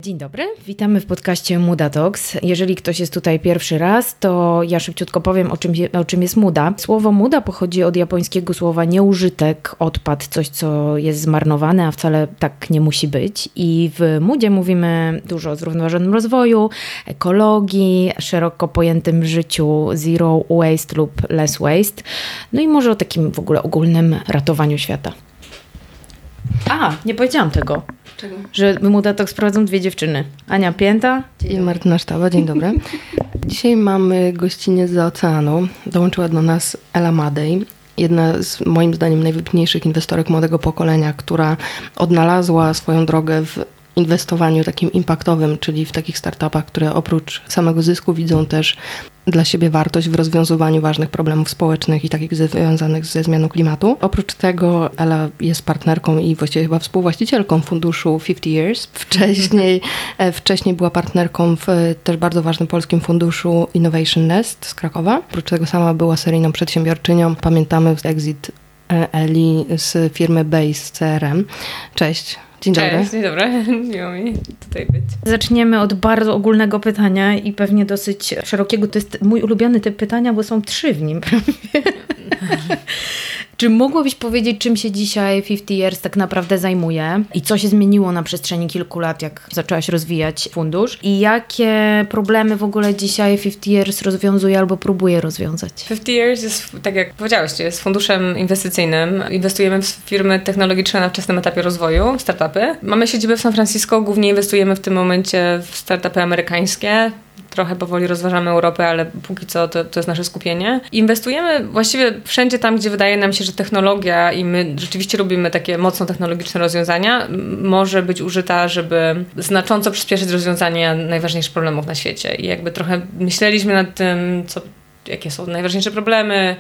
Dzień dobry, witamy w podcaście Muda Talks. Jeżeli ktoś jest tutaj pierwszy raz, to ja szybciutko powiem, o czym jest muda. Słowo muda pochodzi od japońskiego słowa nieużytek, odpad, coś co jest zmarnowane, a wcale tak nie musi być. I w mudzie mówimy dużo o zrównoważonym rozwoju, ekologii, szeroko pojętym życiu zero waste lub less waste, no i może o takim w ogóle ogólnym ratowaniu świata. Nie powiedziałam tego. Czego? Że Muda Talks prowadzą dwie dziewczyny. Ania Pięta I Martyna Sztaba. Dzień dobry. Dzisiaj mamy gościnę z oceanu. Dołączyła do nas Ela Madej. Jedna z moim zdaniem najwybitniejszych inwestorek młodego pokolenia, która odnalazła swoją drogę w inwestowaniu takim impactowym, czyli w takich startupach, które oprócz samego zysku widzą też dla siebie wartość w rozwiązywaniu ważnych problemów społecznych i takich związanych ze zmianą klimatu. Oprócz tego Ela jest partnerką i właściwie chyba współwłaścicielką funduszu 50 Years. Wcześniej była partnerką w też bardzo ważnym polskim funduszu Innovation Nest z Krakowa. Oprócz tego sama była seryjną przedsiębiorczynią. Pamiętamy exit Eli z firmy Base CRM. Cześć. Dzień dobry. Cześć, dzień dobry. Miło mi tutaj być. Zaczniemy od bardzo ogólnego pytania i pewnie dosyć szerokiego. To jest mój ulubiony typ pytania, bo są 3 w nim prawie. Czy mogłabyś powiedzieć, czym się dzisiaj 50 Years tak naprawdę zajmuje i co się zmieniło na przestrzeni kilku lat, jak zaczęłaś rozwijać fundusz i jakie problemy w ogóle dzisiaj 50 Years rozwiązuje albo próbuje rozwiązać? 50 Years jest, tak jak powiedziałeś, jest funduszem inwestycyjnym. Inwestujemy w firmy technologiczne na wczesnym etapie rozwoju, startupy. Mamy siedzibę w San Francisco, głównie inwestujemy w tym momencie w startupy amerykańskie. Trochę powoli rozważamy Europę, ale póki co to jest nasze skupienie. Inwestujemy właściwie wszędzie tam, gdzie wydaje nam się, że technologia i my rzeczywiście lubimy takie mocno technologiczne rozwiązania, może być użyta, żeby znacząco przyspieszyć rozwiązanie najważniejszych problemów na świecie. I jakby trochę myśleliśmy nad tym, jakie są najważniejsze problemy,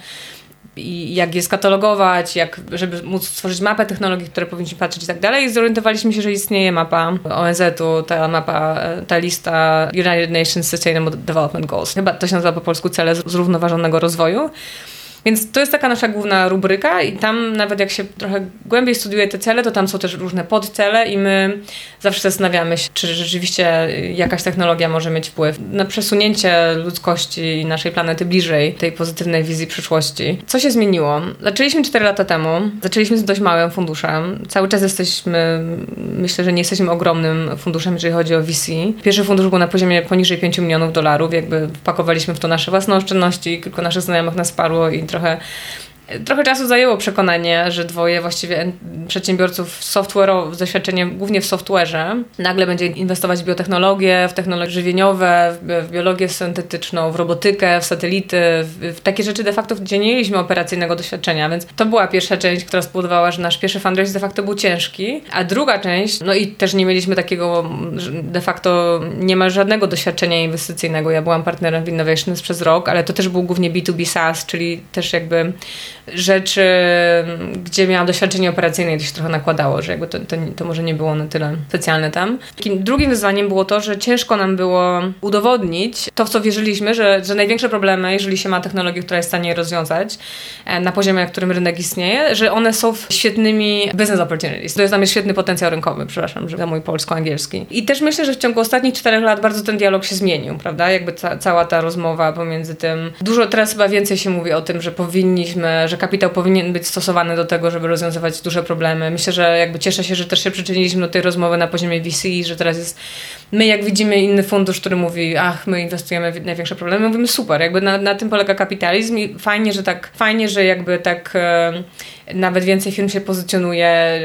i jak je skatalogować, żeby móc stworzyć mapę technologii, które powinniśmy patrzeć i tak dalej. I zorientowaliśmy się, że istnieje mapa ONZ-u, ta lista United Nations Sustainable Development Goals. Chyba to się nazywa po polsku cele zrównoważonego rozwoju. Więc to jest taka nasza główna rubryka i tam nawet jak się trochę głębiej studiuje te cele, to tam są też różne podcele i my zawsze zastanawiamy się, czy rzeczywiście jakaś technologia może mieć wpływ na przesunięcie ludzkości i naszej planety bliżej tej pozytywnej wizji przyszłości. Co się zmieniło? Zaczęliśmy 4 lata temu. Zaczęliśmy z dość małym funduszem. Cały czas myślę, że nie jesteśmy ogromnym funduszem, jeżeli chodzi o VC. Pierwszy fundusz był na poziomie poniżej $5 milionów. Jakby wpakowaliśmy w to nasze własne oszczędności, kilku naszych znajomych nas wsparło i trochę czasu zajęło przekonanie, że 2 właściwie przedsiębiorców z doświadczeniem głównie w software'ze nagle będzie inwestować w biotechnologię, w technologie żywieniowe, w biologię syntetyczną, w robotykę, w satelity, w takie rzeczy de facto, gdzie nie mieliśmy operacyjnego doświadczenia, więc to była pierwsza część, która spowodowała, że nasz pierwszy fundraise de facto był ciężki, a druga część, no i też nie mieliśmy takiego, de facto nie ma żadnego doświadczenia inwestycyjnego. Ja byłam partnerem w Innovations przez rok, ale to też był głównie B2B SaaS, czyli też jakby rzeczy, gdzie miałam doświadczenie operacyjne i to się trochę nakładało, że jakby to może nie było na tyle specjalne tam. Takim drugim wyzwaniem było to, że ciężko nam było udowodnić to, w co wierzyliśmy, że największe problemy, jeżeli się ma technologię, która jest w stanie je rozwiązać na poziomie, na którym rynek istnieje, że one są świetnymi business opportunities. To jest tam świetny potencjał rynkowy, przepraszam, że za mój polsko-angielski. I też myślę, że w ciągu ostatnich 4 lat bardzo ten dialog się zmienił, prawda? Jakby cała ta rozmowa pomiędzy tym. Dużo teraz chyba więcej się mówi o tym, że że kapitał powinien być stosowany do tego, żeby rozwiązywać duże problemy. Myślę, że jakby cieszę się, że też się przyczyniliśmy do tej rozmowy na poziomie VC, że teraz jest, my jak widzimy inny fundusz, który mówi, my inwestujemy w największe problemy, mówimy super, jakby na tym polega kapitalizm i fajnie, że jakby tak nawet więcej firm się pozycjonuje,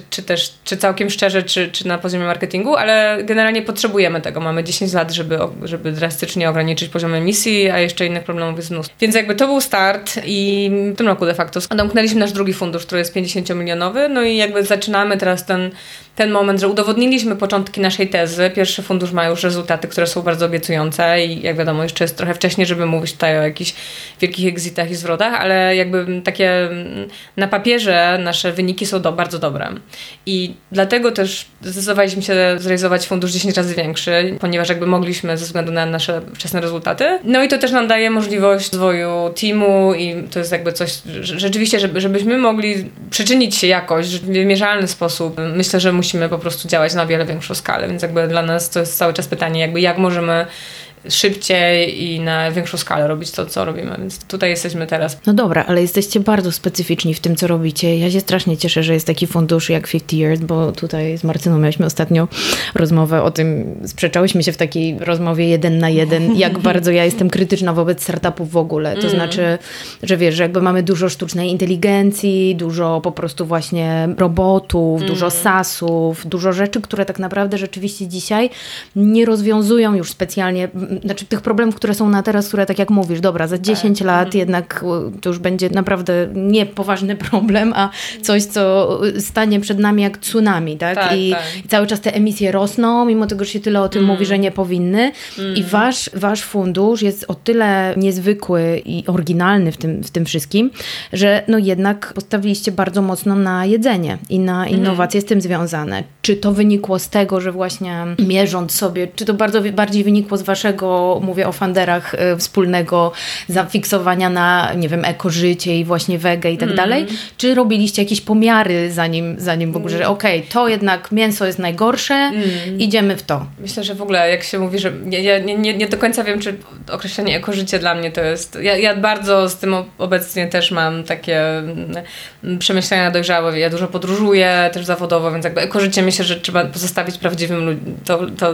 czy całkiem szczerze, czy na poziomie marketingu, ale generalnie potrzebujemy tego. Mamy 10 lat, żeby drastycznie ograniczyć poziom emisji, a jeszcze innych problemów jest mnóstwo. Więc jakby to był start i w tym roku de facto domknęliśmy nasz drugi fundusz, który jest 50-milionowy, no i jakby zaczynamy teraz ten moment, że udowodniliśmy początki naszej tezy. Pierwszy fundusz ma już rezultaty, które są bardzo obiecujące i jak wiadomo, jeszcze jest trochę wcześniej, żeby mówić tutaj o jakichś wielkich exitach i zwrotach, ale jakby takie na papierze nasze wyniki są bardzo dobre. I dlatego też zdecydowaliśmy się zrealizować fundusz 10 razy większy, ponieważ jakby mogliśmy ze względu na nasze wczesne rezultaty. No i to też nam daje możliwość rozwoju teamu i to jest jakby coś, rzeczywiście, żebyśmy mogli przyczynić się jakoś w wymierzalny sposób. Myślę, że musimy musimy po prostu działać na wiele większą skalę, więc jakby dla nas to jest cały czas pytanie, jakby jak możemy szybciej i na większą skalę robić to, co robimy, więc tutaj jesteśmy teraz. No dobra, ale jesteście bardzo specyficzni w tym, co robicie. Ja się strasznie cieszę, że jest taki fundusz jak 50 Years, bo tutaj z Martyną miałyśmy ostatnio rozmowę o tym, sprzeczałyśmy się w takiej rozmowie 1 na 1, jak bardzo ja jestem krytyczna wobec startupów w ogóle. To znaczy, że wiesz, że jakby mamy dużo sztucznej inteligencji, dużo po prostu właśnie robotów, dużo SaaS-ów, dużo rzeczy, które tak naprawdę rzeczywiście dzisiaj nie rozwiązują już specjalnie znaczy tych problemów, które są na teraz, które tak jak mówisz, dobra, za 10 lat jednak to już będzie naprawdę nie poważny problem, a coś, co stanie przed nami jak tsunami, tak? I cały czas te emisje rosną, mimo tego, że się tyle o tym mówi, że nie powinny. I wasz fundusz jest o tyle niezwykły i oryginalny w tym wszystkim, że no jednak postawiliście bardzo mocno na jedzenie i na innowacje z tym związane. Czy to wynikło z tego, że właśnie mierząc sobie, czy to bardziej wynikło z waszego, mówię o funderach, wspólnego zafiksowania na, nie wiem, ekożycie i właśnie wege i tak dalej, czy robiliście jakieś pomiary zanim w ogóle, że okej, to jednak mięso jest najgorsze, idziemy w to. Myślę, że w ogóle jak się mówi, że ja nie do końca wiem, czy określenie ekożycie dla mnie to jest, ja bardzo z tym obecnie też mam takie przemyślenia dojrzałe, ja dużo podróżuję też zawodowo, więc jakby ekożycie myślę, że trzeba pozostawić prawdziwym ludziom, to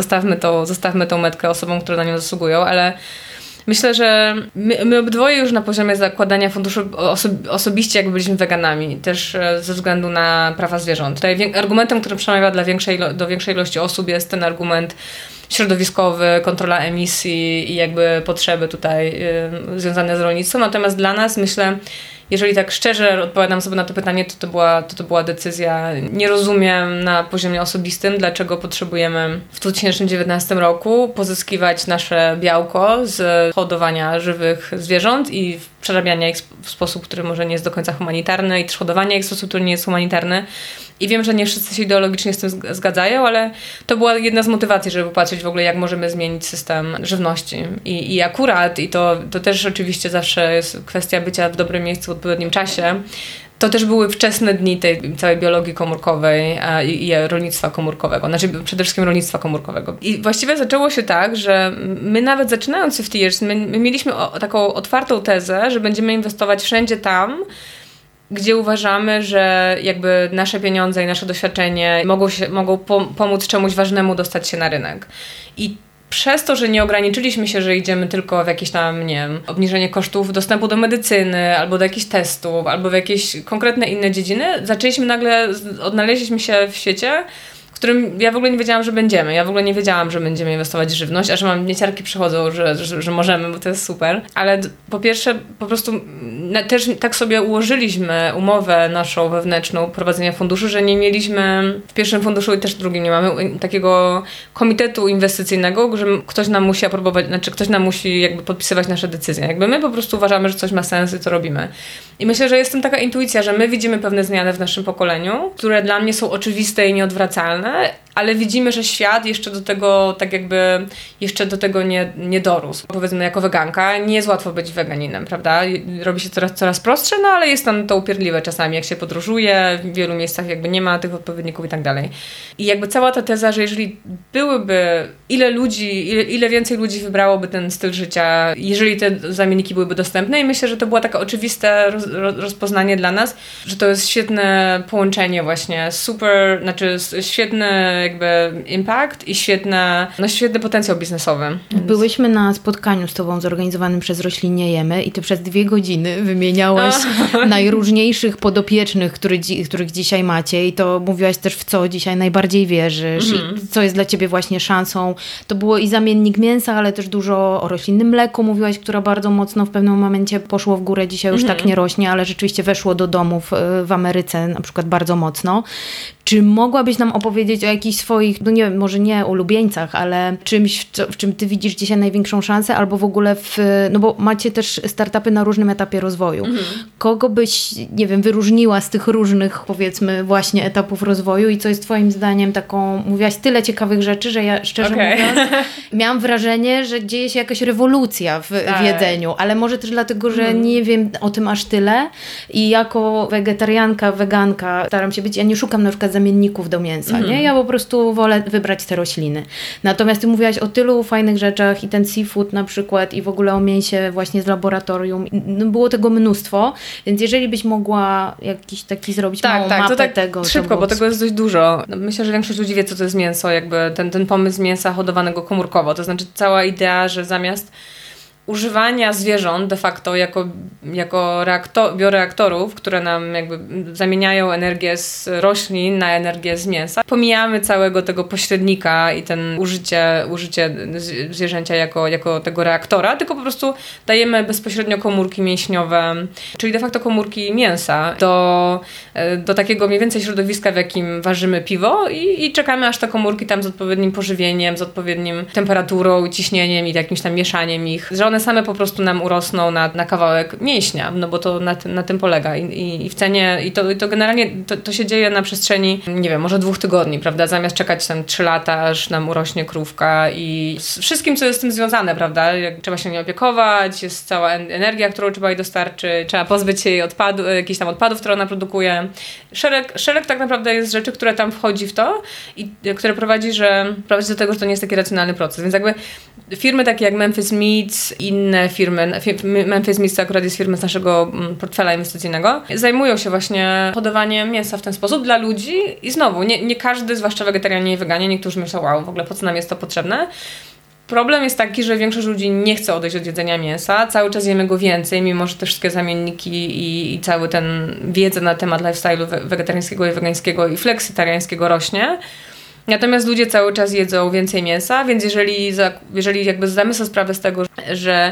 zostawmy tą metkę osobom, które na nią zasługują, ale myślę, że my obydwoje już na poziomie zakładania funduszu osobiście jakby byliśmy weganami, też ze względu na prawa zwierząt. Tutaj argumentem, który przemawia do większej ilości osób jest ten argument środowiskowy, kontrola emisji i jakby potrzeby tutaj związane z rolnictwem. Natomiast dla nas, myślę, jeżeli tak szczerze odpowiadam sobie na to pytanie, to była decyzja. Nie rozumiem na poziomie osobistym, dlaczego potrzebujemy w 2019 roku pozyskiwać nasze białko z hodowania żywych zwierząt i przerabiania ich w sposób, który może nie jest do końca humanitarny i też hodowania ich w sposób, który nie jest humanitarny. I wiem, że nie wszyscy się ideologicznie z tym zgadzają, ale to była jedna z motywacji, żeby patrzeć w ogóle, jak możemy zmienić system żywności. I akurat, i to też oczywiście zawsze jest kwestia bycia w dobrym miejscu w odpowiednim czasie, to też były wczesne dni tej całej biologii komórkowej i rolnictwa komórkowego, znaczy przede wszystkim rolnictwa komórkowego. I właściwie zaczęło się tak, że my nawet zaczynając 50 Years, my mieliśmy taką otwartą tezę, że będziemy inwestować wszędzie tam, gdzie uważamy, że jakby nasze pieniądze i nasze doświadczenie mogą pomóc czemuś ważnemu dostać się na rynek. I przez to, że nie ograniczyliśmy się, że idziemy tylko w jakieś tam, nie wiem, obniżenie kosztów dostępu do medycyny, albo do jakichś testów, albo w jakieś konkretne inne dziedziny, odnaleźliśmy się w świecie, w którym ja w ogóle nie wiedziałam, że będziemy. Ja w ogóle nie wiedziałam, że będziemy inwestować w żywność, a że mam nieciarki przychodzą, że możemy, bo to jest super. Ale po pierwsze, po prostu też tak sobie ułożyliśmy umowę naszą wewnętrzną prowadzenia funduszu, że nie mieliśmy w pierwszym funduszu i też w drugim nie mamy takiego komitetu inwestycyjnego, że ktoś nam musi aprobować, znaczy ktoś nam musi jakby podpisywać nasze decyzje. Jakby my po prostu uważamy, że coś ma sens i to robimy. I myślę, że jest tam taka intuicja, że my widzimy pewne zmiany w naszym pokoleniu, które dla mnie są oczywiste i nieodwracalne, ale widzimy, że świat jeszcze do tego nie dorósł. Powiedzmy, jako weganka nie jest łatwo być weganinem, prawda? Robi się coraz prostsze, no ale jest tam to upierdliwe czasami, jak się podróżuje, w wielu miejscach jakby nie ma tych odpowiedników i tak dalej. I jakby cała ta teza, że jeżeli byłyby ile więcej ludzi wybrałoby ten styl życia, jeżeli te zamienniki byłyby dostępne, i myślę, że to było takie oczywiste rozpoznanie dla nas, że to jest świetne połączenie właśnie, świetny jakby impact i świetny potencjał biznesowy. Byłyśmy na spotkaniu z tobą zorganizowanym przez Roślinnie Jemy i ty przez 2 godziny wymieniałaś najróżniejszych podopiecznych, których dzisiaj macie, i to mówiłaś też, w co dzisiaj najbardziej wierzysz i co jest dla ciebie właśnie szansą. To było i zamiennik mięsa, ale też dużo o roślinnym mleku mówiłaś, która bardzo mocno w pewnym momencie poszło w górę. Dzisiaj już tak nie rośnie, ale rzeczywiście weszło do domów w Ameryce na przykład bardzo mocno. Czy mogłabyś nam opowiedzieć o jakichś jakichś swoich, no nie wiem, może nie ulubieńcach, ale czymś, w czym ty widzisz dzisiaj największą szansę, albo w ogóle no bo macie też startupy na różnym etapie rozwoju. Kogo byś, nie wiem, wyróżniła z tych różnych, powiedzmy, właśnie etapów rozwoju i co jest twoim zdaniem taką, mówiłaś tyle ciekawych rzeczy, że ja szczerze mówiąc miałam wrażenie, że dzieje się jakaś rewolucja w jedzeniu, ale może też dlatego, że nie wiem o tym aż tyle i jako wegetarianka, weganka staram się być, ja nie szukam na przykład zamienników do mięsa, nie? Ja po prostu wolę wybrać te rośliny. Natomiast ty mówiłaś o tylu fajnych rzeczach i ten seafood na przykład i w ogóle o mięsie właśnie z laboratorium. No, było tego mnóstwo, więc jeżeli byś mogła jakiś taki zrobić małą mapę to tego. Szybko, bo tego jest dość dużo. Myślę, że większość ludzi wie, co to jest mięso, jakby ten pomysł mięsa hodowanego komórkowo. To znaczy cała idea, że zamiast używania zwierząt de facto jako bioreaktorów, które nam jakby zamieniają energię z roślin na energię z mięsa. Pomijamy całego tego pośrednika i ten użycie zwierzęcia jako tego reaktora, tylko po prostu dajemy bezpośrednio komórki mięśniowe, czyli de facto komórki mięsa do takiego mniej więcej środowiska, w jakim ważymy piwo i czekamy, aż te komórki tam z odpowiednim pożywieniem, z odpowiednim temperaturą, ciśnieniem i jakimś tam mieszaniem ich, że one same po prostu nam urosną na kawałek mięśnia, no bo to na tym polega i w cenie, i to generalnie to się dzieje na przestrzeni, nie wiem, może 2 tygodni, prawda, zamiast czekać tam 3 lata, aż nam urośnie krówka i z wszystkim, co jest z tym związane, prawda, trzeba się nią opiekować, jest cała energia, którą trzeba jej dostarczyć, trzeba pozbyć się jej jakichś tam odpadów, które ona produkuje. Szereg tak naprawdę jest rzeczy, które tam wchodzi w to i które prowadzi do tego, że to nie jest taki racjonalny proces, więc jakby firmy takie jak Memphis Meats, inne firmy, Memphis Meats to akurat jest firma z naszego portfela inwestycyjnego, zajmują się właśnie hodowaniem mięsa w ten sposób dla ludzi i znowu, nie każdy, zwłaszcza wegetarianie i weganie, niektórzy myślą, wow, w ogóle po co nam jest to potrzebne? Problem jest taki, że większość ludzi nie chce odejść od jedzenia mięsa, cały czas jemy go więcej, mimo że te wszystkie zamienniki i cały ten wiedza na temat lifestyle'u wegetariańskiego i wegańskiego i flexitariańskiego rośnie. Natomiast ludzie cały czas jedzą więcej mięsa, więc jeżeli jakby zdamy sobie sprawę z tego, że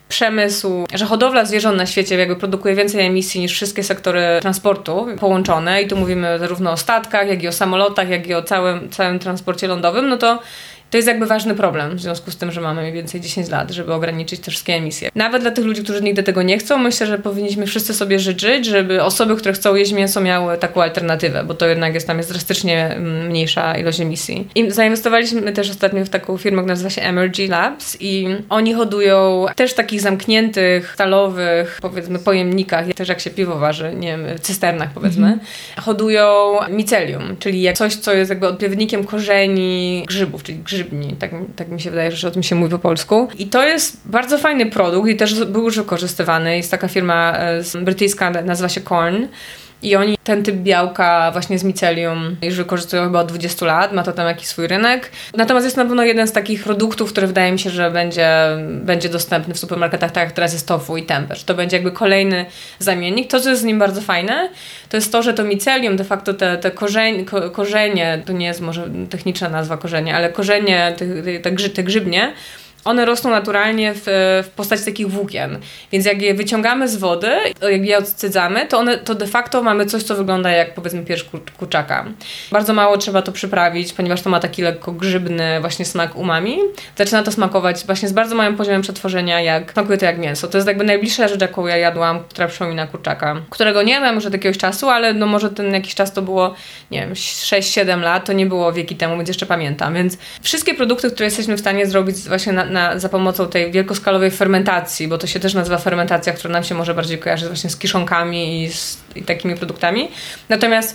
że hodowla zwierząt na świecie jakby produkuje więcej emisji niż wszystkie sektory transportu połączone i tu mówimy zarówno o statkach, jak i o samolotach, jak i o całym transporcie lądowym, no to jest jakby ważny problem w związku z tym, że mamy mniej więcej 10 lat, żeby ograniczyć te wszystkie emisje. Nawet dla tych ludzi, którzy nigdy tego nie chcą, myślę, że powinniśmy wszyscy sobie życzyć, żeby osoby, które chcą jeść mięso, miały taką alternatywę, bo to jednak tam jest drastycznie mniejsza ilość emisji. I zainwestowaliśmy też ostatnio w taką firmę, która nazywa się Emergy Labs i oni hodują też w takich zamkniętych, stalowych, powiedzmy, pojemnikach, też jak się piwo waży, nie wiem, cysternach powiedzmy, hodują micelium, czyli coś, co jest jakby odpowiednikiem korzeni grzybów, czyli grzybni. Tak mi się wydaje, że o tym się mówi po polsku. I to jest bardzo fajny produkt i też był już wykorzystywany. Jest taka firma brytyjska, nazywa się Corn. I oni ten typ białka właśnie z micelium już wykorzystują chyba od 20 lat, ma to tam jakiś swój rynek. Natomiast jest na pewno jeden z takich produktów, który wydaje mi się, że będzie dostępny w supermarketach, tak jak teraz jest tofu i tempeh. To będzie jakby kolejny zamiennik. To, co jest z nim bardzo fajne, to jest to, że to micelium, de facto te korzenie, to nie jest może techniczna nazwa korzenie, ale korzenie, te grzybnie, one rosną naturalnie w postaci takich włókien. Więc jak je wyciągamy z wody, jak je odcydzamy, to de facto mamy coś, co wygląda jak powiedzmy pierś kurczaka. Bardzo mało trzeba to przyprawić, ponieważ to ma taki lekko grzybny właśnie smak umami. Zaczyna to smakować właśnie z bardzo małym poziomem przetworzenia, smakuje to jak mięso. To jest jakby najbliższa rzecz, jaką ja jadłam, która przypomina kurczaka, którego nie mam już od jakiegoś czasu, ale no może ten jakiś czas to było, nie wiem, 6-7 lat, to nie było wieki temu, więc jeszcze pamiętam. Więc wszystkie produkty, które jesteśmy w stanie zrobić właśnie za pomocą tej wielkoskalowej fermentacji, bo to się też nazywa fermentacja, która nam się może bardziej kojarzy właśnie z kiszonkami i takimi produktami. Natomiast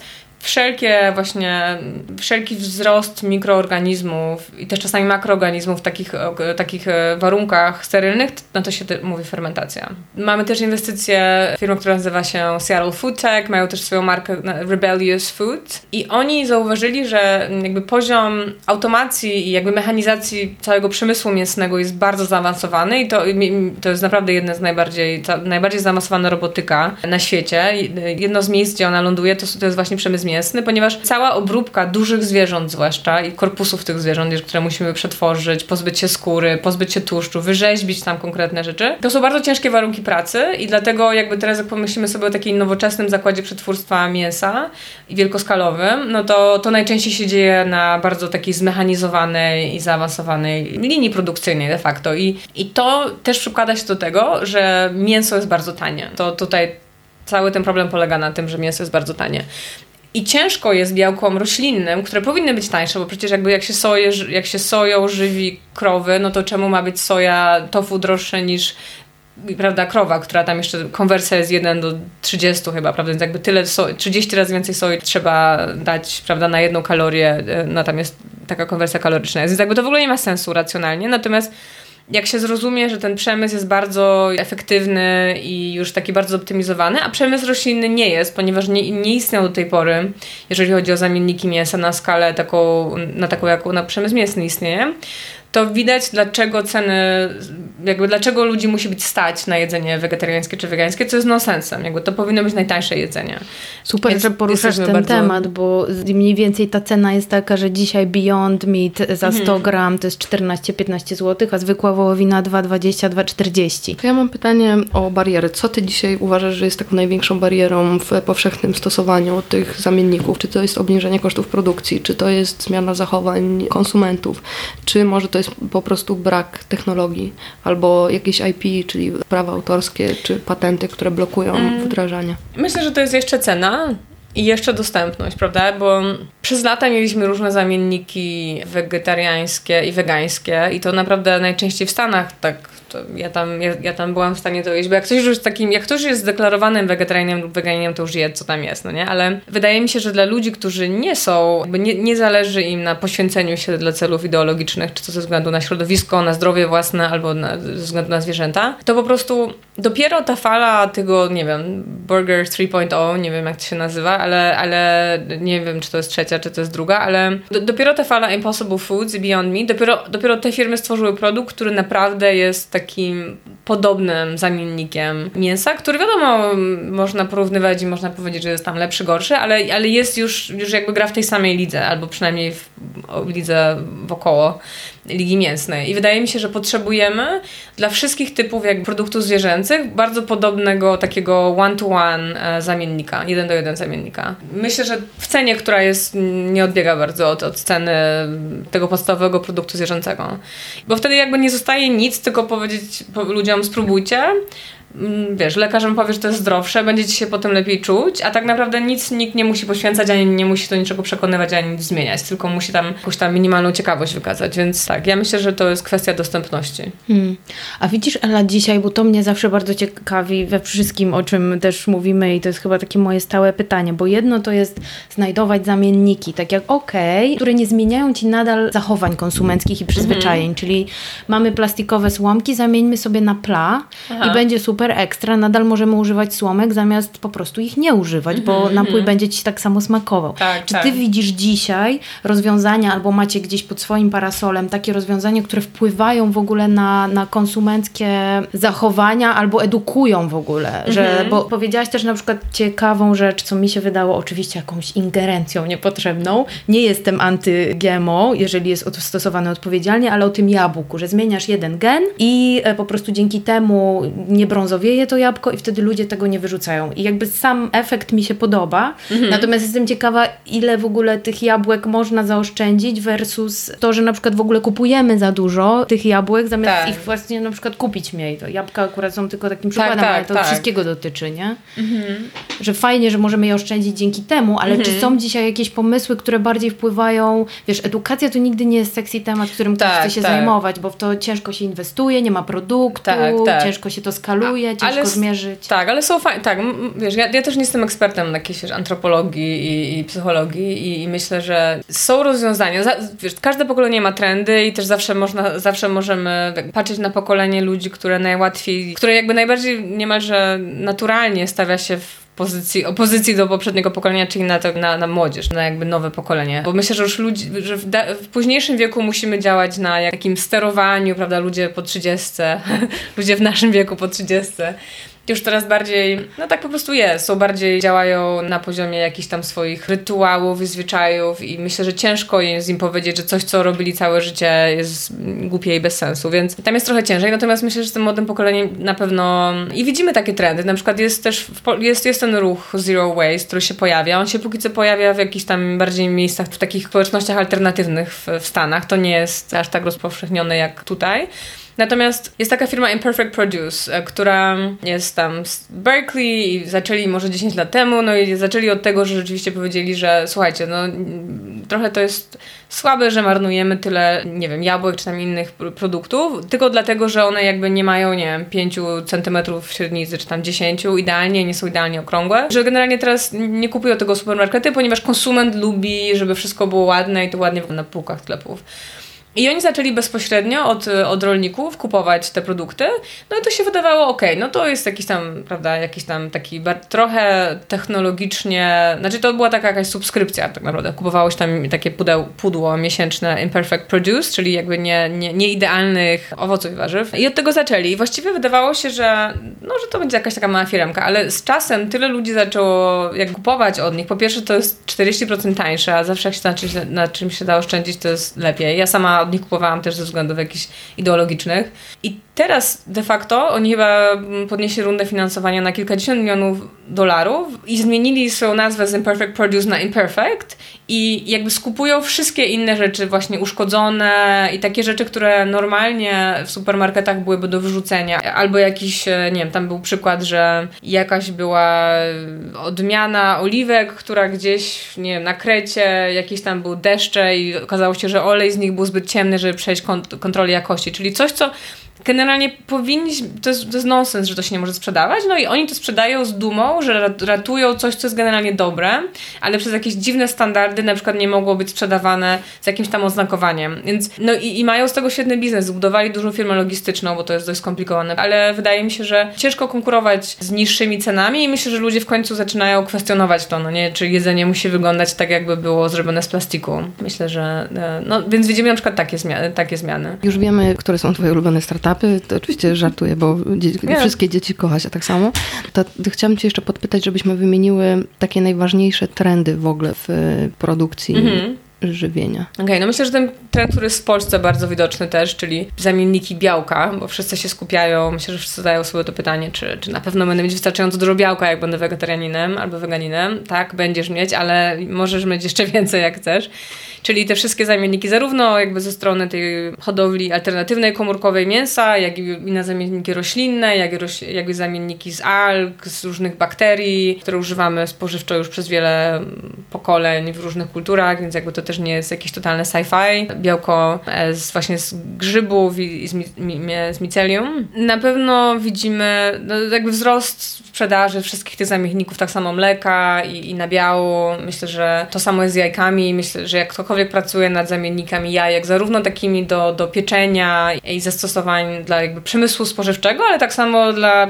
wszelki wzrost mikroorganizmów i też czasami makroorganizmów w takich warunkach sterylnych, no to się mówi fermentacja. Mamy też inwestycje w firmę, która nazywa się Seattle Food Tech, mają też swoją markę Rebellious Food i oni zauważyli, że jakby poziom automacji i jakby mechanizacji całego przemysłu mięsnego jest bardzo zaawansowany i to jest naprawdę jedna z najbardziej zaawansowana robotyka na świecie. Jedno z miejsc, gdzie ona ląduje, to jest właśnie przemysł mięsa. mięsny, ponieważ cała obróbka dużych zwierząt zwłaszcza i korpusów tych zwierząt, które musimy przetworzyć, pozbyć się skóry, pozbyć się tłuszczu, wyrzeźbić tam konkretne rzeczy, to są bardzo ciężkie warunki pracy i dlatego jakby teraz jak pomyślimy sobie o takim nowoczesnym zakładzie przetwórstwa mięsa i wielkoskalowym, no to najczęściej się dzieje na bardzo takiej zmechanizowanej i zaawansowanej linii produkcyjnej de facto i to też przykłada się do tego, że mięso jest bardzo tanie. To tutaj cały ten problem polega na tym, że mięso jest bardzo tanie. I ciężko jest białkom roślinnym, które powinny być tańsze, bo przecież jakby jak się soją żywi krowy, no to czemu ma być tofu droższe niż, prawda, krowa, która tam jeszcze konwersja jest 1:30 chyba, prawda, więc jakby 30 razy więcej soi trzeba dać, prawda, na 1 kalorię, no tam jest taka konwersja kaloryczna, więc jakby to w ogóle nie ma sensu racjonalnie, natomiast jak się zrozumie, że ten przemysł jest bardzo efektywny i już taki bardzo optymizowany, a przemysł roślinny nie jest, ponieważ nie istniał do tej pory, jeżeli chodzi o zamienniki mięsa na skalę taką, jaką na przemysł mięsny istnieje, to widać dlaczego dlaczego ludzi musi być stać na jedzenie wegetariańskie czy wegańskie, co jest nonsensem. To powinno być najtańsze jedzenie. Super, Więc że poruszasz ten temat, bo mniej więcej ta cena jest taka, że dzisiaj Beyond Meat za 100 gram to jest 14-15 zł, a zwykła wołowina 2,20, 2,40. To ja mam pytanie o bariery. Co ty dzisiaj uważasz, że jest taką największą barierą w powszechnym stosowaniu tych zamienników? Czy to jest obniżenie kosztów produkcji? Czy to jest zmiana zachowań konsumentów? Czy może to jest po prostu brak technologii? Albo jakieś IP, czyli prawa autorskie, czy patenty, które blokują wdrażanie? Myślę, że to jest jeszcze cena i jeszcze dostępność, prawda? Bo przez lata mieliśmy różne zamienniki wegetariańskie i wegańskie i to naprawdę najczęściej w Stanach tak. Ja tam byłam w stanie to jeść, bo jak ktoś jest zdeklarowanym wegetarianinem lub weganinem, to już je, co tam jest, no nie? Ale wydaje mi się, że dla ludzi, którzy nie są, nie zależy im na poświęceniu się dla celów ideologicznych, czy to ze względu na środowisko, na zdrowie własne, albo ze względu na zwierzęta, to po prostu dopiero ta fala tego, nie wiem, Burger 3.0, nie wiem jak to się nazywa, ale nie wiem, czy to jest trzecia, czy to jest druga, ale dopiero ta fala Impossible Foods i Beyond Meat, dopiero te firmy stworzyły produkt, który naprawdę jest takim podobnym zamiennikiem mięsa, który wiadomo można porównywać i można powiedzieć, że jest tam lepszy, gorszy, ale jest już jakby gra w tej samej lidze, albo przynajmniej w lidze wokoło ligi mięsnej. I wydaje mi się, że potrzebujemy dla wszystkich typów jakby produktów zwierzęcych bardzo podobnego takiego one-to-one zamiennika, 1:1 zamiennika. Myślę, że w cenie, która nie odbiega bardzo od ceny tego podstawowego produktu zwierzęcego. Bo wtedy jakby nie zostaje nic, tylko powiedzieć ludziom spróbujcie. Wiesz, lekarzem powie, że to jest zdrowsze, będziecie się potem lepiej czuć, a tak naprawdę nikt nie musi poświęcać, ani nie musi do niczego przekonywać, ani nic zmieniać, tylko musi tam jakąś tam minimalną ciekawość wykazać, więc tak, ja myślę, że to jest kwestia dostępności. A widzisz, Ela, dzisiaj, bo to mnie zawsze bardzo ciekawi we wszystkim, o czym też mówimy i to jest chyba takie moje stałe pytanie, bo jedno to jest znajdować zamienniki, tak jak które nie zmieniają ci nadal zachowań konsumenckich i przyzwyczajeń, czyli mamy plastikowe słomki, zamieńmy sobie na i będzie super ekstra, nadal możemy używać słomek zamiast po prostu ich nie używać, bo napój będzie ci tak samo smakował. Czy ty widzisz dzisiaj rozwiązania, albo macie gdzieś pod swoim parasolem takie rozwiązania, które wpływają w ogóle na konsumenckie zachowania albo edukują w ogóle, bo powiedziałaś też na przykład ciekawą rzecz, co mi się wydało oczywiście jakąś ingerencją niepotrzebną. Nie jestem anty-GMO, jeżeli jest stosowane odpowiedzialnie, ale o tym jabłku, że zmieniasz jeden gen i po prostu dzięki temu nie brązowieje to jabłko i wtedy ludzie tego nie wyrzucają. I jakby sam efekt mi się podoba. Natomiast jestem ciekawa, ile w ogóle tych jabłek można zaoszczędzić versus to, że na przykład w ogóle kupujemy za dużo tych jabłek, zamiast ich właśnie na przykład kupić mniej. To jabłka akurat są tylko takim przykładem, ale to wszystkiego dotyczy, nie? Że fajnie, że możemy je oszczędzić dzięki temu, ale czy są dzisiaj jakieś pomysły, które bardziej wpływają? Wiesz, edukacja to nigdy nie jest sexy temat, którym ktoś chce się zajmować, bo w to ciężko się inwestuje, nie ma produktu, ciężko się to skaluje, ciężko zmierzyć. Tak, ale są fajne. Tak, wiesz, ja też nie jestem ekspertem na jakiejś antropologii i psychologii i myślę, że są rozwiązania. Wiesz, każde pokolenie ma trendy i też zawsze możemy patrzeć na pokolenie ludzi, które jakby najbardziej niemalże naturalnie stawia się w opozycji do poprzedniego pokolenia, czyli na młodzież, na jakby nowe pokolenie. Bo myślę, że już że w późniejszym wieku musimy działać na takim sterowaniu, prawda, ludzie po 30, ludzie w naszym wieku po 30. już teraz bardziej, no tak po prostu jest, bardziej działają na poziomie jakichś tam swoich rytuałów i zwyczajów i myślę, że ciężko jest im powiedzieć, że coś, co robili całe życie jest głupie i bez sensu, więc tam jest trochę ciężej, natomiast myślę, że z tym młodym pokoleniem na pewno i widzimy takie trendy, na przykład jest też, jest ten ruch Zero Waste, który się pojawia, on się póki co pojawia w jakichś tam bardziej miejscach, w takich społecznościach alternatywnych w Stanach, to nie jest aż tak rozpowszechnione jak tutaj. Natomiast jest taka firma Imperfect Produce, która jest tam z Berkeley i zaczęli może 10 lat temu, no i zaczęli od tego, że rzeczywiście powiedzieli, że słuchajcie, no trochę to jest słabe, że marnujemy tyle, nie wiem, jabłek czy tam innych produktów, tylko dlatego, że one jakby nie mają, nie wiem, 5 centymetrów średnicy, czy tam 10 idealnie, nie są idealnie okrągłe, że generalnie teraz nie kupują tego supermarkety, ponieważ konsument lubi, żeby wszystko było ładne i to ładnie na półkach sklepów. I oni zaczęli bezpośrednio od rolników kupować te produkty, no i to się wydawało okej, no to jest jakiś tam, prawda, jakiś tam taki trochę technologicznie, znaczy to była taka jakaś subskrypcja tak naprawdę, kupowało się tam takie pudło miesięczne Imperfect Produce, czyli jakby nie idealnych owoców i warzyw i od tego zaczęli i właściwie wydawało się, że to będzie jakaś taka mała firemka, ale z czasem tyle ludzi zaczęło jak kupować od nich, po pierwsze to jest 40% tańsze, a zawsze jak się na czymś się da oszczędzić, to jest lepiej. Ja sama od nich kupowałam też ze względów jakichś ideologicznych. I teraz de facto oni chyba podnieśli rundę finansowania na kilkadziesiąt milionów dolarów i zmienili swoją nazwę z Imperfect Produce na Imperfect i jakby skupują wszystkie inne rzeczy właśnie uszkodzone i takie rzeczy, które normalnie w supermarketach byłyby do wyrzucenia. Albo jakiś, nie wiem, tam był przykład, że jakaś była odmiana oliwek, która gdzieś, nie wiem, na Krecie, jakieś tam były deszcze i okazało się, że olej z nich był zbyt ciemny, żeby przejść kontrolę jakości. Czyli coś, co generalnie powinniśmy, to jest nonsens, że to się nie może sprzedawać, no i oni to sprzedają z dumą, że ratują coś, co jest generalnie dobre, ale przez jakieś dziwne standardy na przykład nie mogło być sprzedawane z jakimś tam oznakowaniem. Więc, no i mają z tego świetny biznes, zbudowali dużą firmę logistyczną, bo to jest dość skomplikowane, ale wydaje mi się, że ciężko konkurować z niższymi cenami i myślę, że ludzie w końcu zaczynają kwestionować to, no nie, czy jedzenie musi wyglądać tak, jakby było zrobione z plastiku. Myślę, że, więc widzimy na przykład takie zmiany. Już wiemy, które są twoje ulubione startupy. To oczywiście żartuję, bo wszystkie dzieci kocha się tak samo. To chciałam cię jeszcze podpytać, żebyśmy wymieniły takie najważniejsze trendy w ogóle w produkcji żywienia. Okej, no myślę, że ten trend, który jest w Polsce bardzo widoczny też, czyli zamienniki białka, bo wszyscy się skupiają, myślę, że wszyscy zadają sobie to pytanie, czy na pewno będę mieć wystarczająco dużo białka, jak będę wegetarianinem albo weganinem. Tak, będziesz mieć, ale możesz mieć jeszcze więcej, jak chcesz. Czyli te wszystkie zamienniki, zarówno jakby ze strony tej hodowli alternatywnej komórkowej mięsa, jak i na zamienniki roślinne, jak i zamienniki z alg, z różnych bakterii, które używamy spożywczo już przez wiele pokoleń w różnych kulturach, więc jakby to też nie jest jakieś totalne sci-fi. Białko właśnie z grzybów i z micelium. Na pewno widzimy jakby wzrost sprzedaży wszystkich tych zamienników, tak samo mleka i nabiału. Myślę, że to samo jest z jajkami. Myślę, że jak ktokolwiek pracuje nad zamiennikami jajek, zarówno takimi do pieczenia i zastosowań dla jakby przemysłu spożywczego, ale tak samo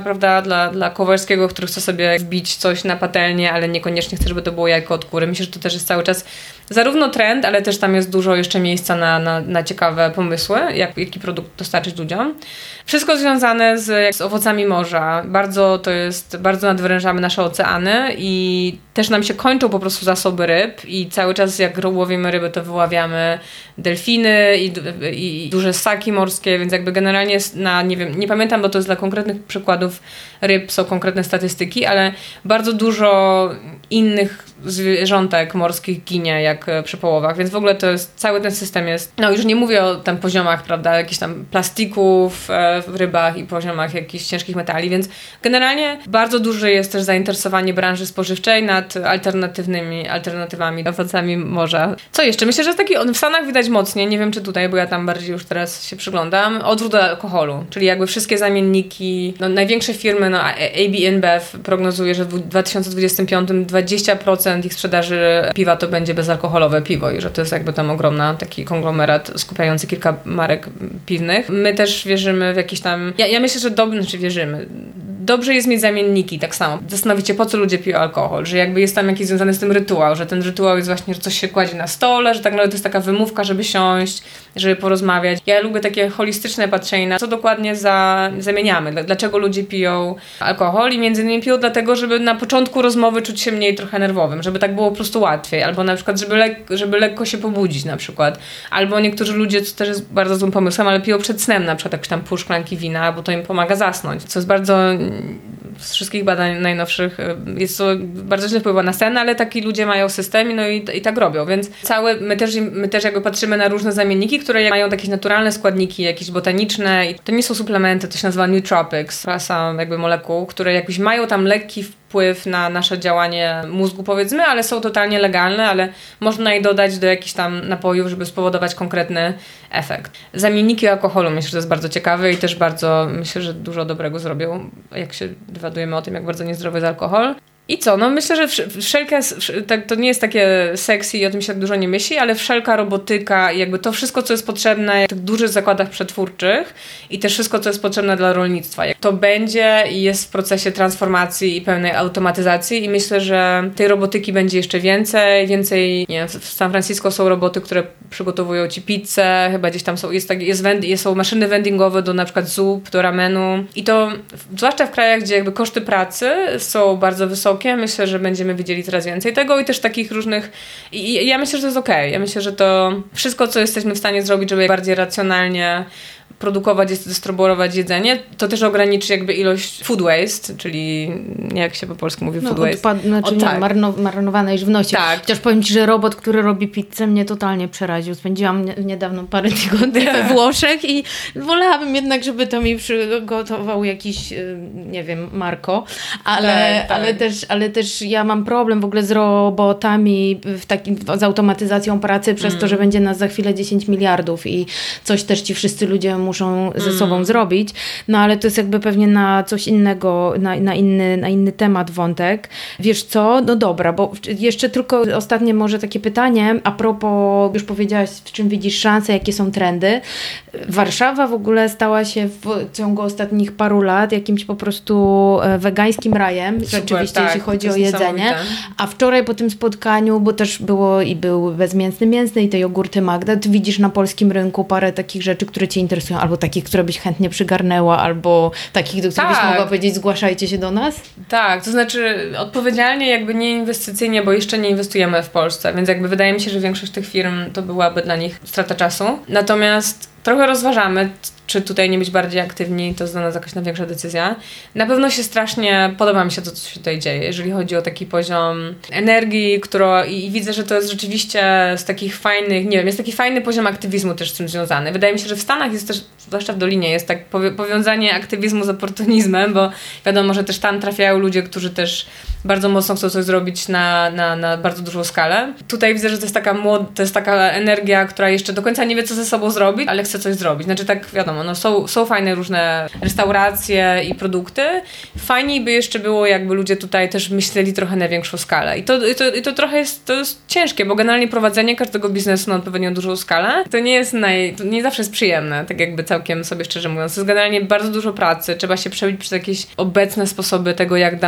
dla Kowalskiego, który chce sobie wbić coś na patelnię, ale niekoniecznie chce, żeby to było jajko od kury. Myślę, że to też jest cały czas zarówno trend, ale też tam jest dużo jeszcze miejsca na ciekawe pomysły, jaki produkt dostarczyć ludziom. Wszystko związane z owocami morza. Bardzo nadwyrężamy nasze oceany i też nam się kończą po prostu zasoby ryb i cały czas jak łowimy ryby, to wyławiamy delfiny i duże ssaki morskie, więc jakby generalnie nie pamiętam, bo to jest dla konkretnych przykładów ryb, są konkretne statystyki, ale bardzo dużo innych zwierzątek morskich ginie jak przy połowach, więc w ogóle to jest, cały ten system jest, już nie mówię o tam poziomach, prawda, jakichś tam plastików w rybach i poziomach jakichś ciężkich metali, więc generalnie bardzo duże jest też zainteresowanie branży spożywczej nad alternatywami, owocami morza. Co jeszcze? Myślę, że w Stanach widać mocniej, nie wiem czy tutaj, bo ja tam bardziej już teraz się przyglądam, odwrót do alkoholu, czyli jakby wszystkie zamienniki, największe firmy, AB InBev prognozuje, że w 2025 20% ich sprzedaży piwa to będzie bezalkoholowe piwo i że to jest jakby tam taki konglomerat skupiający kilka marek piwnych. My też wierzymy w jakieś tam... Ja myślę, że wierzymy. dobrze jest mieć zamienniki, tak samo. Zastanowić się, po co ludzie piją alkohol, że jakby jest tam jakiś związany z tym rytuał, że ten rytuał jest właśnie, że coś się kładzie na stole, że tak naprawdę to jest taka wymówka, żeby siąść, żeby porozmawiać. Ja lubię takie holistyczne patrzenie na co dokładnie zamieniamy, dlaczego ludzie piją alkohol i między innymi piją dlatego, żeby na początku rozmowy czuć się mniej trochę nerwowym, żeby tak było po prostu łatwiej, albo na przykład, żeby lekko się pobudzić na przykład, albo niektórzy ludzie, co też jest bardzo złym pomysłem, ale piją przed snem na przykład jakieś tam pół szklanki wina, bo to im pomaga zasnąć, co jest bardzo, z wszystkich badań najnowszych, jest to bardzo źle wpływa na sen, ale taki ludzie mają system, no i tak robią, więc my też jakby patrzymy na różne zamienniki, które mają jakieś naturalne składniki, jakieś botaniczne i to nie są suplementy, to się nazywa nootropics, klasa jakby molekuł, które jakoś mają tam lekki wpływ na nasze działanie mózgu, powiedzmy, ale są totalnie legalne, ale można je dodać do jakichś tam napojów, żeby spowodować konkretny efekt. Zamienniki alkoholu, myślę, że to jest bardzo ciekawe i też bardzo, myślę, że dużo dobrego zrobią, jak się dowiadujemy o tym, jak bardzo niezdrowy jest alkohol. I co? No myślę, że to nie jest takie sexy i o tym się tak dużo nie myśli, ale wszelka robotyka i jakby to wszystko, co jest potrzebne w tych dużych zakładach przetwórczych i też wszystko, co jest potrzebne dla rolnictwa. To będzie i jest w procesie transformacji i pełnej automatyzacji i myślę, że tej robotyki będzie jeszcze więcej, nie wiem, w San Francisco są roboty, które przygotowują ci pizzę, chyba gdzieś tam są maszyny vendingowe do na przykład zup, do ramenu i to zwłaszcza w krajach, gdzie jakby koszty pracy są bardzo wysokie. Myślę, że będziemy widzieli coraz więcej tego i też takich różnych... I ja myślę, że to jest okej. Ja myślę, że to wszystko, co jesteśmy w stanie zrobić, żeby bardziej racjonalnie produkować, dystrybuować jedzenie, to też ograniczy jakby ilość food waste, czyli jak się po polsku mówi food waste? Marnowanej żywności. Tak. Chociaż powiem Ci, że robot, który robi pizzę, mnie totalnie przeraził. Spędziłam niedawno parę tygodni we Włoszech i wolałabym jednak, żeby to mi przygotował jakiś, nie wiem, Marco, ale też ja mam problem w ogóle z robotami, z automatyzacją pracy przez to, że będzie nas za chwilę 10 miliardów i coś też ci wszyscy ludzie muszą ze sobą zrobić, no ale to jest jakby pewnie na coś innego, na inny temat wątek. Wiesz co? No dobra, bo jeszcze tylko ostatnie może takie pytanie, a propos, już powiedziałaś, w czym widzisz szanse, jakie są trendy. Warszawa w ogóle stała się w ciągu ostatnich paru lat jakimś po prostu wegańskim rajem, rzeczywiście, jeśli chodzi o jedzenie. A wczoraj po tym spotkaniu, bo też był bezmięsny, mięsny i te jogurty Magda, ty widzisz na polskim rynku parę takich rzeczy, które cię interesują, albo takich, które byś chętnie przygarnęła, albo takich, do których byś mogła powiedzieć, zgłaszajcie się do nas? Tak, to znaczy odpowiedzialnie, jakby nie inwestycyjnie, bo jeszcze nie inwestujemy w Polsce, więc jakby wydaje mi się, że większość tych firm to byłaby dla nich strata czasu. Natomiast trochę rozważamy, czy tutaj nie być bardziej aktywni, to jest dla nas jakaś największa decyzja. Na pewno podoba mi się to, co się tutaj dzieje, jeżeli chodzi o taki poziom energii, i widzę, że to jest rzeczywiście z takich fajnych, nie wiem, jest taki fajny poziom aktywizmu też z tym związany. Wydaje mi się, że w Stanach jest też, zwłaszcza w Dolinie, jest tak powiązanie aktywizmu z oportunizmem, bo wiadomo, że też tam trafiają ludzie, którzy też bardzo mocno chcą coś zrobić na bardzo dużą skalę. Tutaj widzę, że to jest taka energia, która jeszcze do końca nie wie, co ze sobą zrobić, ale chce coś zrobić. Znaczy tak wiadomo, no są fajne różne restauracje i produkty. Fajniej by jeszcze było, jakby ludzie tutaj też myśleli trochę na większą skalę. I to trochę jest ciężkie, bo generalnie prowadzenie każdego biznesu na odpowiednio dużą skalę to nie zawsze jest przyjemne, tak jakby całkiem sobie szczerze mówiąc. To jest generalnie bardzo dużo pracy. Trzeba się przebić przez jakieś obecne sposoby tego, jak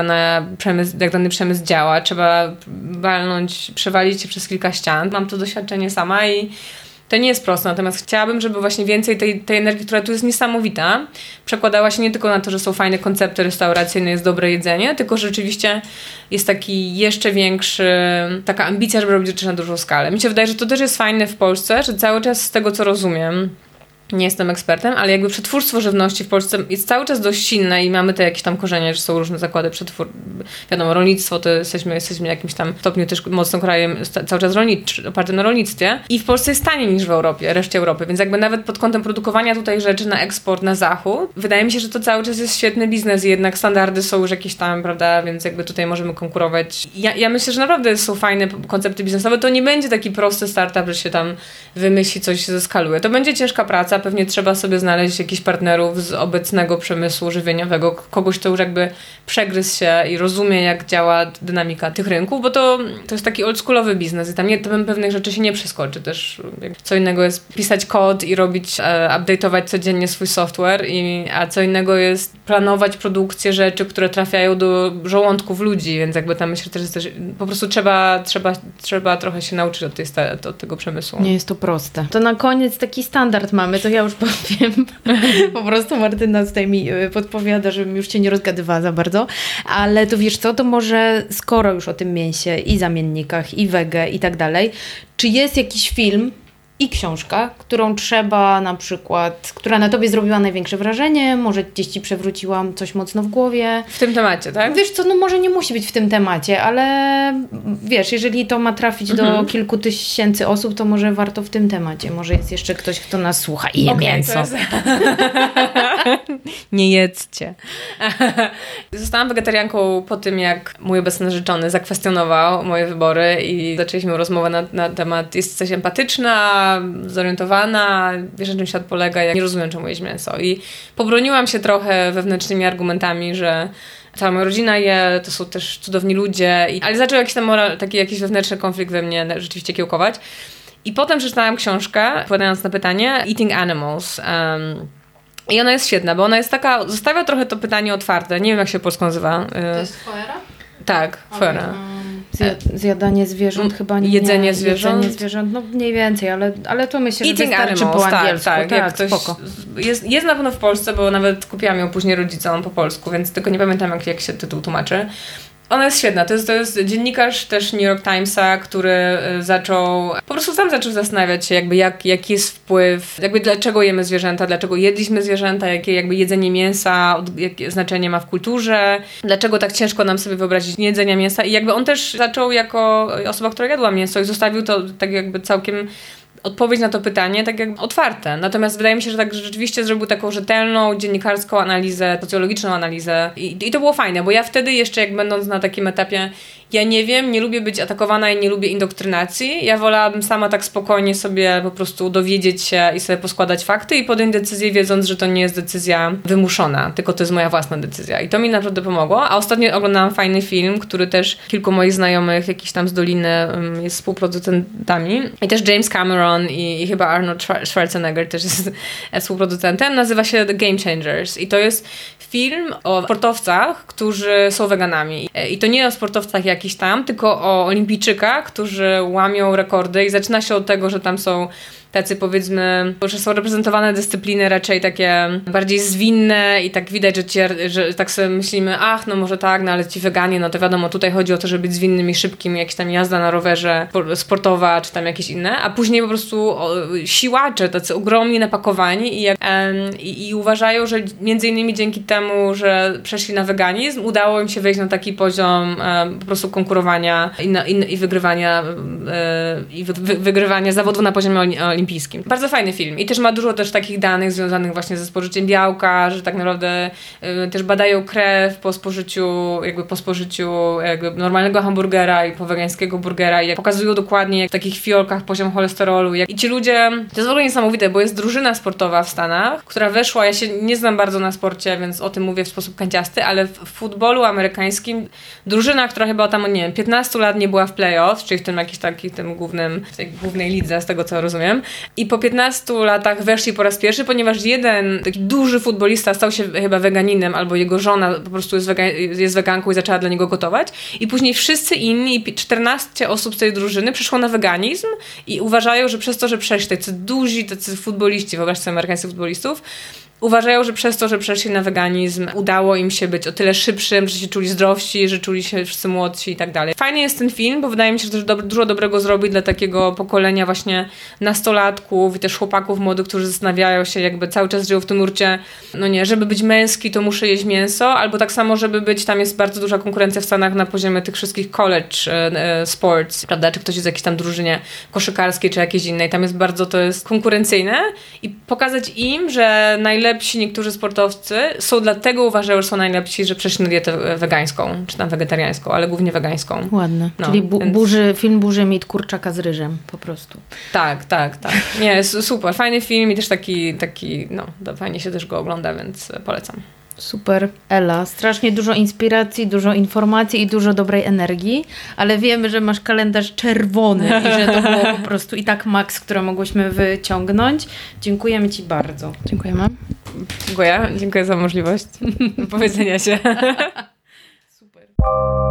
dany przemysł działa. Trzeba przewalić się przez kilka ścian. Mam to doświadczenie sama i to nie jest proste, natomiast chciałabym, żeby właśnie więcej tej energii, która tu jest niesamowita, przekładała się nie tylko na to, że są fajne koncepty restauracyjne, jest dobre jedzenie, tylko rzeczywiście jest taki jeszcze taka ambicja, żeby robić rzeczy na dużą skalę. Mi się wydaje, że to też jest fajne w Polsce, że cały czas z tego, co rozumiem, nie jestem ekspertem, ale jakby przetwórstwo żywności w Polsce jest cały czas dość silne i mamy te jakieś tam korzenie, że są różne zakłady wiadomo, rolnictwo, to jesteśmy w jakimś tam stopniu też mocno krajem cały czas opartym na rolnictwie i w Polsce jest taniej niż w Europie, reszcie Europy, więc jakby nawet pod kątem produkowania tutaj rzeczy na eksport, na zachód, wydaje mi się, że to cały czas jest świetny biznes i jednak standardy są już jakieś tam, prawda, więc jakby tutaj możemy konkurować. Ja myślę, że naprawdę są fajne koncepty biznesowe, to nie będzie taki prosty startup, że się tam wymyśli, coś się zeskaluje. To będzie ciężka praca, lata pewnie trzeba sobie znaleźć jakichś partnerów z obecnego przemysłu żywieniowego, kogoś, kto już jakby przegryzł się i rozumie, jak działa dynamika tych rynków, bo to jest taki oldschoolowy biznes i tam pewnych rzeczy się nie przeskoczy też. Co innego jest pisać kod i robić, update'ować codziennie swój software, a co innego jest planować produkcję rzeczy, które trafiają do żołądków ludzi, więc jakby tam myślę, że też po prostu trzeba trochę się nauczyć od tego przemysłu. Nie jest to proste. To na koniec taki standard mamy, to ja już powiem. Po prostu Martyna tutaj mi podpowiada, żebym już cię nie rozgadywała za bardzo, ale to wiesz co, to może skoro już o tym mięsie i zamiennikach i wege i tak dalej, czy jest jakiś film i książka, którą trzeba na przykład, która na tobie zrobiła największe wrażenie, może gdzieś ci przewróciłam coś mocno w głowie. W tym temacie, tak? Wiesz co, no może nie musi być w tym temacie, ale wiesz, jeżeli to ma trafić do kilku tysięcy osób, to może warto w tym temacie. Może jest jeszcze ktoś, kto nas słucha i je mięso. Nie jedzcie. Zostałam wegetarianką po tym, jak mój obecny narzeczony zakwestionował moje wybory i zaczęliśmy rozmowę na temat jesteś empatyczna, zorientowana, wiesz, na czym świat polega, ja nie rozumiem, czemu jeść mięso. I pobroniłam się trochę wewnętrznymi argumentami, że cała moja rodzina je, to są też cudowni ludzie, ale zaczął jakiś wewnętrzny konflikt we mnie rzeczywiście kiełkować. I potem przeczytałam książkę, odpowiadając na pytanie, Eating Animals. I ona jest świetna, bo ona jest taka, zostawia trochę to pytanie otwarte. Nie wiem, jak się polsko nazywa. To jest Foera? Tak, Foera. Zjadanie zwierząt chyba nie. Jedzenie zwierząt? Jedzenie zwierząt, no mniej więcej, ale to myślę, że Eating wystarczy animals, po angielsku. Tak, jak ktoś spoko. Jest na pewno w Polsce, bo nawet kupiłam ją później rodzicom po polsku, więc tylko nie pamiętam, jak się tytuł tłumaczy. Ona jest świetna. To jest dziennikarz też New York Timesa, który po prostu sam zaczął zastanawiać się, jakby jaki jest wpływ, jakby dlaczego jemy zwierzęta, dlaczego jedliśmy zwierzęta, jakie jakby jedzenie mięsa, jakie znaczenie ma w kulturze, dlaczego tak ciężko nam sobie wyobrazić jedzenia mięsa i jakby on też zaczął jako osoba, która jadła mięso i zostawił to tak jakby całkiem odpowiedź na to pytanie tak jakby otwarte. Natomiast wydaje mi się, że tak rzeczywiście zrobił taką rzetelną, dziennikarską analizę, socjologiczną analizę i to było fajne, bo ja wtedy jeszcze jak będąc na takim etapie, ja nie wiem, nie lubię być atakowana i nie lubię indoktrynacji. Ja wolałabym sama tak spokojnie sobie po prostu dowiedzieć się i sobie poskładać fakty i podjąć decyzję, wiedząc, że to nie jest decyzja wymuszona, tylko to jest moja własna decyzja. I to mi naprawdę pomogło. A ostatnio oglądałam fajny film, który też kilku moich znajomych, jakiś tam z Doliny, jest współproducentami. I też James Cameron i chyba Arnold Schwarzenegger też jest współproducentem. Nazywa się The Game Changers. I to jest film o sportowcach, którzy są weganami. I to nie o sportowcach jakichś tam, tylko o olimpijczykach, którzy łamią rekordy i zaczyna się od tego, że tam są tacy powiedzmy, że są reprezentowane dyscypliny raczej takie bardziej zwinne i tak widać, że tak sobie myślimy, no może tak, no ale ci weganie, no to wiadomo, tutaj chodzi o to, żeby być zwinnym i szybkim, jakieś tam jazda na rowerze sportowa, czy tam jakieś inne, a później po prostu siłacze, tacy ogromnie napakowani i uważają, że między innymi dzięki temu, że przeszli na weganizm, udało im się wejść na taki poziom po prostu konkurowania i wygrywania zawodów na poziomie olimpijskim. Bardzo fajny film i też ma dużo też takich danych związanych właśnie ze spożyciem białka, że tak naprawdę też badają krew po spożyciu jakby normalnego hamburgera i po wegańskiego burgera i pokazują dokładnie jak w takich fiolkach poziom cholesterolu. I ci ludzie, to jest w ogóle niesamowite, bo jest drużyna sportowa w Stanach, która weszła, ja się nie znam bardzo na sporcie, więc o tym mówię w sposób kanciasty, ale w futbolu amerykańskim drużyna, która chyba tam, nie wiem, 15 lat nie była w playoffs, czyli w tym jakimś takim w tej głównej lidze, z tego co rozumiem. I po 15 latach weszli po raz pierwszy, ponieważ jeden taki duży futbolista stał się chyba weganinem, albo jego żona po prostu jest weganką i zaczęła dla niego gotować. I później wszyscy inni, 14 osób z tej drużyny przeszło na weganizm i uważają, że przez to, że przeszli tacy futboliści, wyobraź sobie amerykańskich futbolistów, uważają, że przez to, że przeszli na weganizm, udało im się być o tyle szybszym, że się czuli zdrowsi, że czuli się wszyscy młodsi i tak dalej. Fajny jest ten film, bo wydaje mi się, że też dużo dobrego zrobi dla takiego pokolenia właśnie nastolatków i też chłopaków młodych, którzy zastanawiają się, jakby cały czas żyją w tym nurcie, no nie, żeby być męski, to muszę jeść mięso, albo tak samo, żeby być, tam jest bardzo duża konkurencja w Stanach na poziomie tych wszystkich college sports, prawda, czy ktoś jest w jakiejś tam drużynie koszykarskiej, czy jakiejś innej, tam jest bardzo, to jest konkurencyjne i pokazać im, że najlepsze najlepsi niektórzy sportowcy są dlatego uważają, że są najlepsi, że przeszli na dietę wegańską, czy tam wegetariańską, ale głównie wegańską. Ładne. No, Czyli więc... film Burzy mit kurczaka z ryżem, po prostu. Tak. Nie, super. Fajny film i też taki fajnie się też go ogląda, więc polecam. Super. Ela, strasznie dużo inspiracji, dużo informacji i dużo dobrej energii, ale wiemy, że masz kalendarz czerwony i że to było po prostu i tak maks, które mogłyśmy wyciągnąć. Dziękujemy Ci bardzo. Dziękujemy. Dziękuję za możliwość wypowiedzenia się. Super.